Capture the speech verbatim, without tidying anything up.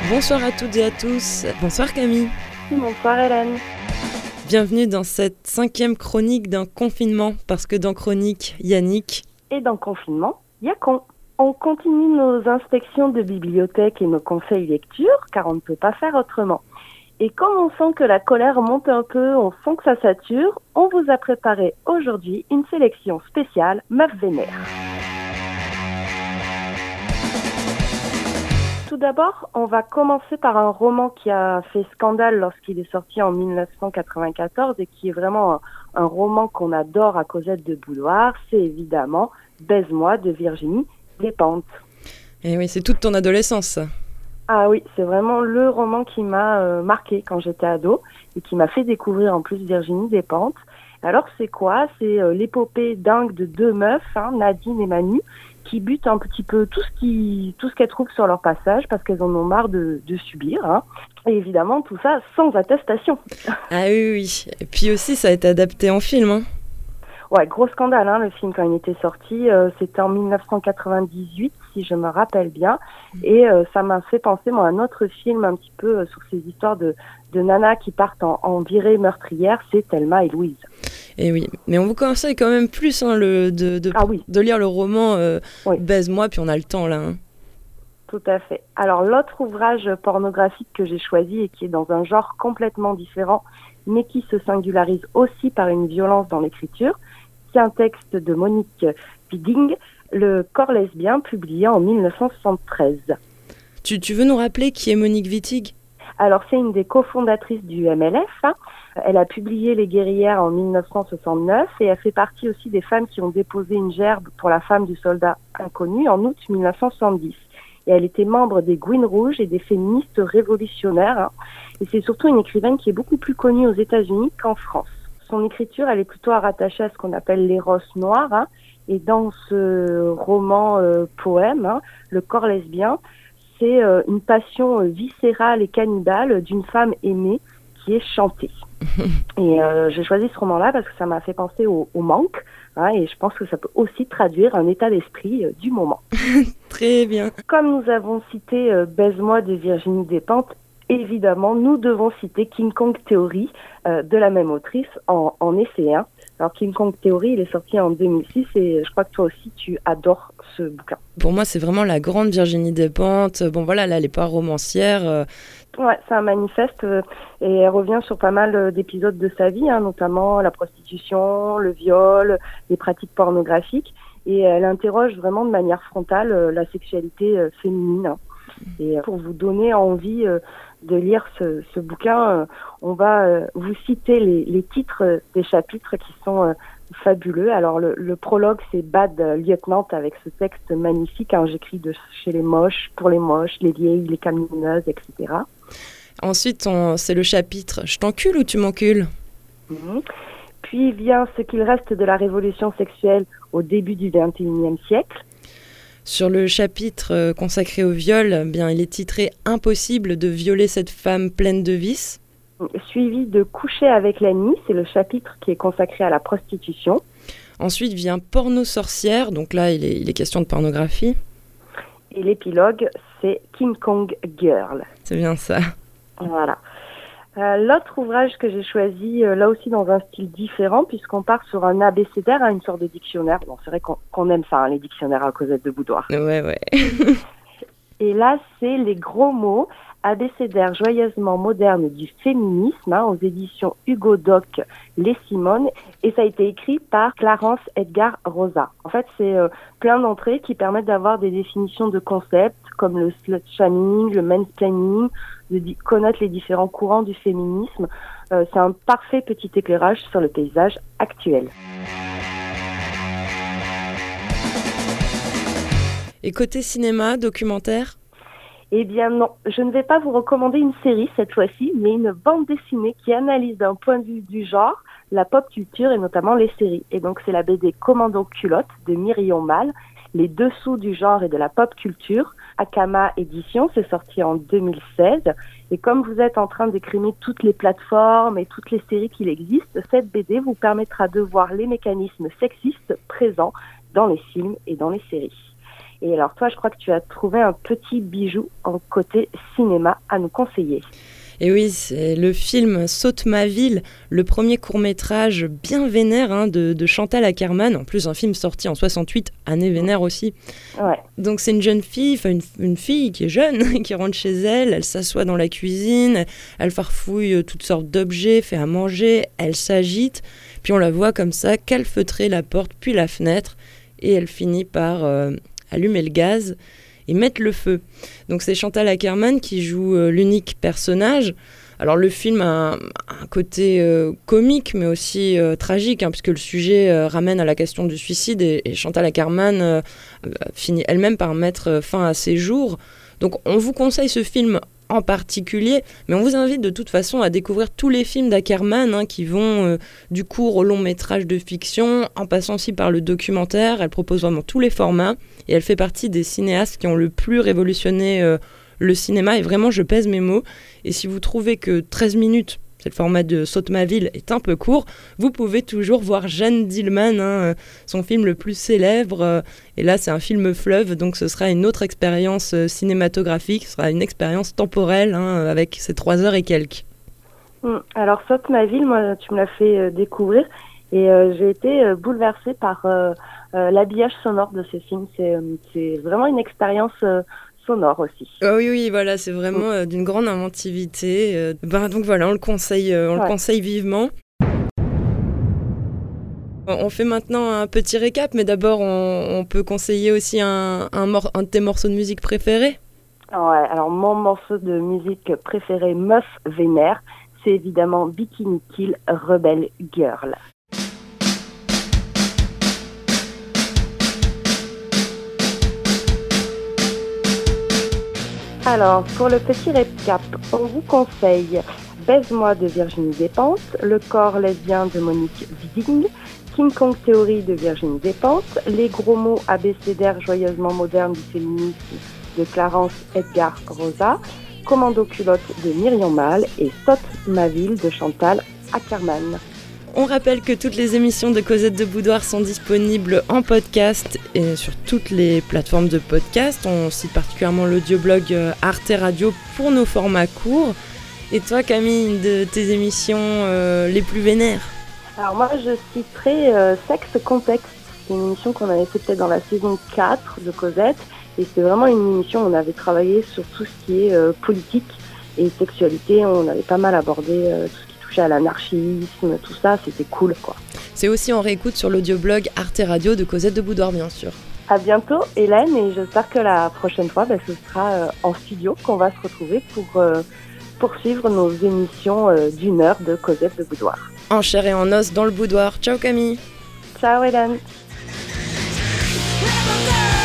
Bonsoir à toutes et à tous. Bonsoir Camille. Bonsoir Hélène. Bienvenue dans cette cinquième chronique d'un confinement, parce que dans chronique, Yannick. Et dans confinement, Yacon. On continue nos inspections de bibliothèque et nos conseils lecture, car on ne peut pas faire autrement. Et comme on sent que la colère monte un peu, on sent que ça sature, on vous a préparé aujourd'hui une sélection spéciale Meuf Vénère. Tout d'abord, on va commencer par un roman qui a fait scandale lorsqu'il est sorti en dix-neuf cent quatre-vingt-quatorze et qui est vraiment un, un roman qu'on adore à Cosette de Boudoir. C'est évidemment Baise-moi de Virginie Despentes. Et oui, c'est toute ton adolescence, ça. Ah oui, c'est vraiment le roman qui m'a euh, marqué quand j'étais ado et qui m'a fait découvrir en plus Virginie Despentes. Alors c'est quoi ? C'est euh, l'épopée dingue de deux meufs, hein, Nadine et Manu, qui butent un petit peu tout ce qui, tout ce qu'elles trouvent sur leur passage parce qu'elles en ont marre de, de subir. Hein. Et évidemment, tout ça sans attestation. Ah oui, oui. Et puis aussi, ça a été adapté en film. Hein. Ouais, gros scandale, hein, le film quand il était sorti. Euh, c'était en dix-neuf cent quatre-vingt-dix-huit, si je me rappelle bien. Et euh, ça m'a fait penser, moi, à un autre film un petit peu euh, sur ces histoires de, de nanas qui partent en, en virée meurtrière. C'est Thelma et Louise. Et oui, mais on vous conseille quand même plus hein, le, de, de, ah oui. de lire le roman euh, oui. Baise-moi, puis on a le temps là. Hein. Tout à fait. Alors l'autre ouvrage pornographique que j'ai choisi et qui est dans un genre complètement différent, mais qui se singularise aussi par une violence dans l'écriture, c'est un texte de Monique Wittig, Le corps lesbien, publié en dix-neuf cent soixante-treize. Tu, tu veux nous rappeler qui est Monique Wittig ? Alors c'est une des cofondatrices du M L F. Hein. Elle a publié Les Guerrières en dix-neuf cent soixante-neuf et elle fait partie aussi des femmes qui ont déposé une gerbe pour la femme du soldat inconnu en août dix-neuf cent soixante-dix. Et elle était membre des Gouines Rouges et des féministes révolutionnaires. Hein. Et c'est surtout une écrivaine qui est beaucoup plus connue aux États-Unis qu'en France. Son écriture, elle est plutôt rattachée à ce qu'on appelle l'éros noir. Hein. Et dans ce roman euh, poème, hein, Le corps lesbien, c'est euh, une passion euh, viscérale et cannibale d'une femme aimée qui est chantée. Et euh, j'ai choisi ce roman-là parce que ça m'a fait penser au, au manque, hein, et je pense que ça peut aussi traduire un état d'esprit euh, du moment. Très bien. Comme nous avons cité euh, Baise-moi de Virginie Despentes, évidemment, nous devons citer King Kong Theory euh, de la même autrice en, en essai. Hein. Alors King Kong Theory, il est sorti en deux mille six et je crois que toi aussi tu adores ce bouquin. Pour moi, c'est vraiment la grande Virginie Despentes. Bon voilà, là, elle n'est pas romancière. Euh... Ouais, c'est un manifeste euh, et elle revient sur pas mal euh, d'épisodes de sa vie, hein, notamment la prostitution, le viol, les pratiques pornographiques. Et elle interroge vraiment de manière frontale euh, la sexualité euh, féminine. Hein. Et euh, pour vous donner envie euh, de lire ce, ce bouquin, euh, on va euh, vous citer les, les titres des chapitres qui sont euh, fabuleux. Alors le, le prologue, c'est Bad Lieutenant avec ce texte magnifique. Hein, j'écris de chez les moches, pour les moches, les vieilles, les camionneuses, et cetera. Ensuite, on, c'est le chapitre « Je t'encule ou tu m'encules ?» mmh. Puis vient ce qu'il reste de la révolution sexuelle au début du vingt et unième siècle. Sur le chapitre consacré au viol, eh bien, il est titré « Impossible de violer cette femme pleine de vices ». Suivi de Coucher avec l'ennemi, c'est le chapitre qui est consacré à la prostitution. Ensuite vient Porno sorcière, donc là il est, il est question de pornographie. Et l'épilogue, c'est King Kong Girl. C'est bien ça. Voilà. Euh, l'autre ouvrage que j'ai choisi, euh, là aussi dans un style différent, puisqu'on part sur un abécédaire, hein, une sorte de dictionnaire. Bon, c'est vrai qu'on, qu'on aime ça, hein, les dictionnaires à Cosette de Boudoir. Ouais, ouais. Et là, c'est les gros mots, abécédaire joyeusement moderne du féminisme, hein, aux éditions Hugo Doc, Les Simone, et ça a été écrit par Clarence Edgar Rosa. En fait, c'est euh, plein d'entrées qui permettent d'avoir des définitions de concepts, comme le slut-shaming, le mansplaining, de di- connaître les différents courants du féminisme. Euh, c'est un parfait petit éclairage sur le paysage actuel. Et côté cinéma, documentaire ? Eh bien non, je ne vais pas vous recommander une série cette fois-ci, mais une bande dessinée qui analyse d'un point de vue du genre la pop culture et notamment les séries. Et donc c'est la B D Commando Culotte de Myrion Mal, les dessous du genre et de la pop culture. Akama Édition, c'est sorti en deux mille seize. Et comme vous êtes en train d'écrimer toutes les plateformes et toutes les séries qu'il existe, cette B D vous permettra de voir les mécanismes sexistes présents dans les films et dans les séries. Et alors toi, je crois que tu as trouvé un petit bijou en côté cinéma à nous conseiller. Et oui, c'est le film Saute ma ville, le premier court-métrage bien vénère hein, de, de Chantal Akerman, en plus un film sorti en soixante-huit, année vénère aussi. Ouais. Donc c'est une jeune fille, enfin une, une fille qui est jeune, qui rentre chez elle, elle s'assoit dans la cuisine, elle farfouille toutes sortes d'objets, fait à manger, elle s'agite, puis on la voit comme ça calfeutrer la porte puis la fenêtre, et elle finit par euh, allumer le gaz et mettre le feu. Donc c'est Chantal Akerman qui joue euh, l'unique personnage. Alors le film a un, un côté euh, comique mais aussi euh, tragique hein, puisque le sujet euh, ramène à la question du suicide et, et Chantal Akerman euh, finit elle-même par mettre fin à ses jours. Donc on vous conseille ce film en particulier, mais on vous invite de toute façon à découvrir tous les films d'Akerman hein, qui vont euh, du court au long métrage de fiction, en passant aussi par le documentaire. Elle propose vraiment tous les formats et elle fait partie des cinéastes qui ont le plus révolutionné euh, le cinéma, et vraiment je pèse mes mots. Et si vous trouvez que treize minutes, c'est le format de Saute ma ville, est un peu court, vous pouvez toujours voir Jeanne Dielman, hein, son film le plus célèbre. Et là, c'est un film fleuve, donc ce sera une autre expérience cinématographique, ce sera une expérience temporelle, hein, avec ces trois heures et quelques. Alors, Saute ma ville, moi, tu me l'as fait euh, découvrir, et euh, j'ai été euh, bouleversée par euh, euh, l'habillage sonore de ce film. C'est, euh, c'est vraiment une expérience euh, sonore aussi. Oh oui, oui, voilà, c'est vraiment euh, d'une grande inventivité. Euh, ben, donc voilà, on le conseille, euh, on ouais. le conseille vivement. On fait maintenant un petit récap, mais d'abord, on, on peut conseiller aussi un, un, mor- un de tes morceaux de musique préférés. Ouais, alors mon morceau de musique préféré, Meuf Vénère, c'est évidemment Bikini Kill, Rebel Girl. Alors, pour le petit récap, on vous conseille Baise-moi de Virginie Despentes, Le corps lesbien de Monique Wissing, King Kong Theory de Virginie Despentes, Les gros mots abécédaires joyeusement modernes du féminisme de Clarence Edgar Rosa, Commando culotte de Myriam Mal et Saute ma ville de Chantal Akerman. On rappelle que toutes les émissions de Cosette de Boudoir sont disponibles en podcast et sur toutes les plateformes de podcast. On cite particulièrement l'audioblog Arte Radio pour nos formats courts. Et toi, Camille, une de tes émissions euh, les plus vénères? Alors moi, je citerai euh, Sexe Contexte. C'est une émission qu'on avait fait peut-être dans la saison quatre de Cosette. Et c'est vraiment une émission où on avait travaillé sur tout ce qui est euh, politique et sexualité. On avait pas mal abordé euh, tout ce qui touchait à l'anarchisme, tout ça. C'était cool, quoi. C'est aussi en réécoute sur l'audioblog Arte Radio de Cosette de Boudoir, bien sûr. À bientôt, Hélène. Et j'espère que la prochaine fois, bah, ce sera euh, en studio qu'on va se retrouver pour euh, poursuivre nos émissions euh, d'une heure de Cosette de Boudoir. En chair et en os dans le boudoir. Ciao, Camille. Ciao, Hélène.